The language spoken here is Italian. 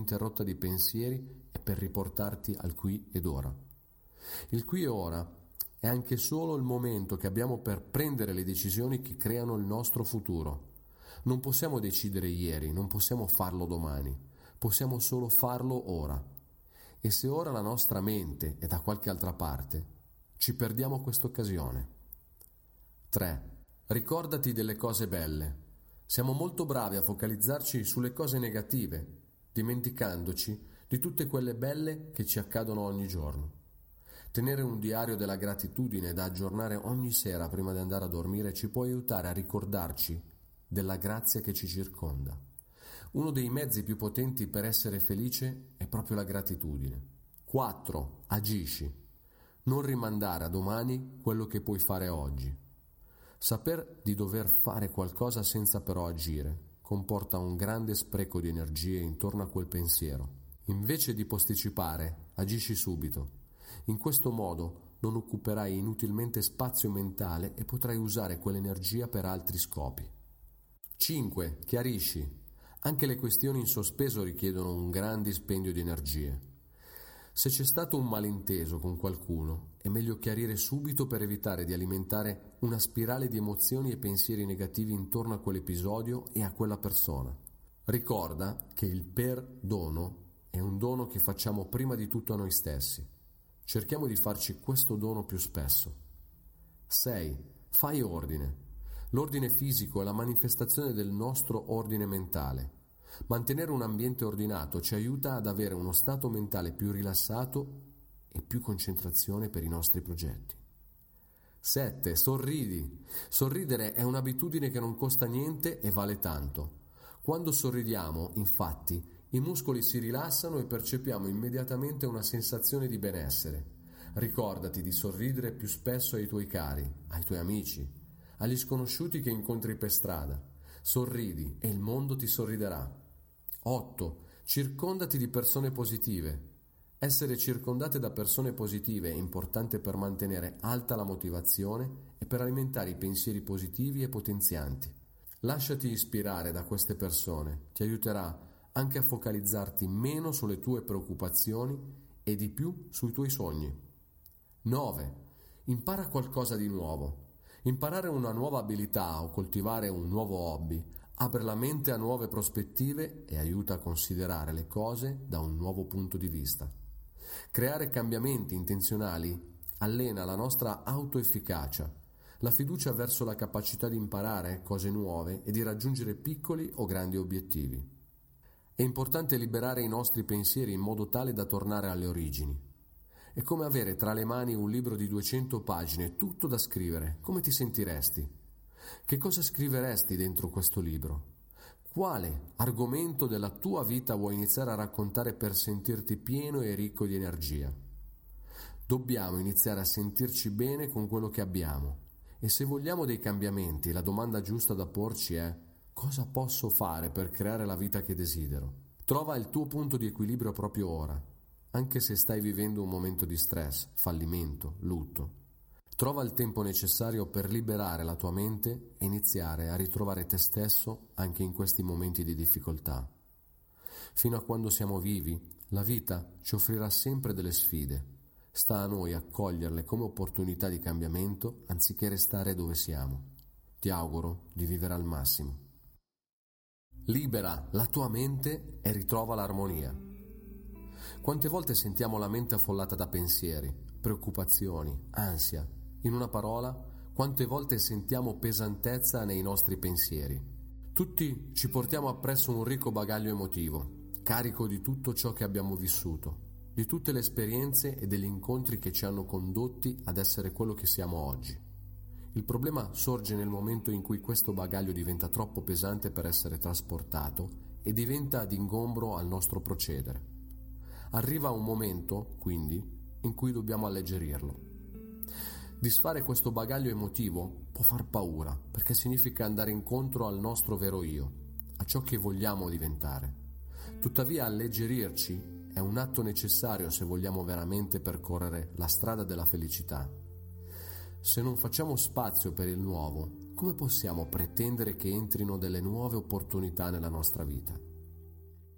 ininterrotta di pensieri e per riportarti al qui ed ora. Il qui e ora è anche solo il momento che abbiamo per prendere le decisioni che creano il nostro futuro. Non possiamo decidere ieri, non possiamo farlo domani, possiamo solo farlo ora. E se ora la nostra mente è da qualche altra parte, ci perdiamo questa occasione. 3. Ricordati delle cose belle. Siamo molto bravi a focalizzarci sulle cose negative, dimenticandoci di tutte quelle belle che ci accadono ogni giorno. Tenere un diario della gratitudine da aggiornare ogni sera prima di andare a dormire ci può aiutare a ricordarci della grazia che ci circonda. Uno dei mezzi più potenti per essere felice è proprio la gratitudine. 4. Agisci. Non rimandare a domani quello che puoi fare oggi. Saper di dover fare qualcosa senza però agire comporta un grande spreco di energie intorno a quel pensiero. Invece di posticipare, agisci subito. In questo modo non occuperai inutilmente spazio mentale e potrai usare quell'energia per altri scopi. 5. Chiarisci. Anche le questioni in sospeso richiedono un gran dispendio di energie. Se c'è stato un malinteso con qualcuno, è meglio chiarire subito per evitare di alimentare una spirale di emozioni e pensieri negativi intorno a quell'episodio e a quella persona. Ricorda che il perdono è un dono che facciamo prima di tutto a noi stessi. Cerchiamo di farci questo dono più spesso. 6. Fai ordine. L'ordine fisico è la manifestazione del nostro ordine mentale. Mantenere un ambiente ordinato ci aiuta ad avere uno stato mentale più rilassato e più concentrazione per i nostri progetti. 7. Sorridi. Sorridere è un'abitudine che non costa niente e vale tanto. Quando sorridiamo, infatti, i muscoli si rilassano e percepiamo immediatamente una sensazione di benessere. Ricordati di sorridere più spesso ai tuoi cari, ai tuoi amici, agli sconosciuti che incontri per strada. Sorridi e il mondo ti sorriderà. 8. Circondati di persone positive. Essere circondate da persone positive è importante per mantenere alta la motivazione e per alimentare i pensieri positivi e potenzianti. Lasciati ispirare da queste persone, ti aiuterà anche a focalizzarti meno sulle tue preoccupazioni e di più sui tuoi sogni. 9. Impara qualcosa di nuovo. Imparare una nuova abilità o coltivare un nuovo hobby apre la mente a nuove prospettive e aiuta a considerare le cose da un nuovo punto di vista. Creare cambiamenti intenzionali allena la nostra autoefficacia, la fiducia verso la capacità di imparare cose nuove e di raggiungere piccoli o grandi obiettivi. È importante liberare i nostri pensieri in modo tale da tornare alle origini. È come avere tra le mani un libro di 200 pagine, tutto da scrivere. Come ti sentiresti? Che cosa scriveresti dentro questo libro? Quale argomento della tua vita vuoi iniziare a raccontare per sentirti pieno e ricco di energia? Dobbiamo iniziare a sentirci bene con quello che abbiamo. E se vogliamo dei cambiamenti, la domanda giusta da porci è: cosa posso fare per creare la vita che desidero? Trova il tuo punto di equilibrio proprio ora, anche se stai vivendo un momento di stress, fallimento, lutto. Trova il tempo necessario per liberare la tua mente e iniziare a ritrovare te stesso anche in questi momenti di difficoltà. Fino a quando siamo vivi, la vita ci offrirà sempre delle sfide. Sta a noi accoglierle come opportunità di cambiamento anziché restare dove siamo. Ti auguro di vivere al massimo. Libera la tua mente e ritrova l'armonia. Quante volte sentiamo la mente affollata da pensieri, preoccupazioni, ansia? In una parola, quante volte sentiamo pesantezza nei nostri pensieri? Tutti ci portiamo appresso un ricco bagaglio emotivo, carico di tutto ciò che abbiamo vissuto, di tutte le esperienze e degli incontri che ci hanno condotti ad essere quello che siamo oggi. Il problema sorge nel momento in cui questo bagaglio diventa troppo pesante per essere trasportato e diventa d'ingombro al nostro procedere. Arriva un momento, quindi, in cui dobbiamo alleggerirlo. Disfare questo bagaglio emotivo può far paura, perché significa andare incontro al nostro vero io, a ciò che vogliamo diventare. Tuttavia, alleggerirci è un atto necessario se vogliamo veramente percorrere la strada della felicità. Se non facciamo spazio per il nuovo, come possiamo pretendere che entrino delle nuove opportunità nella nostra vita?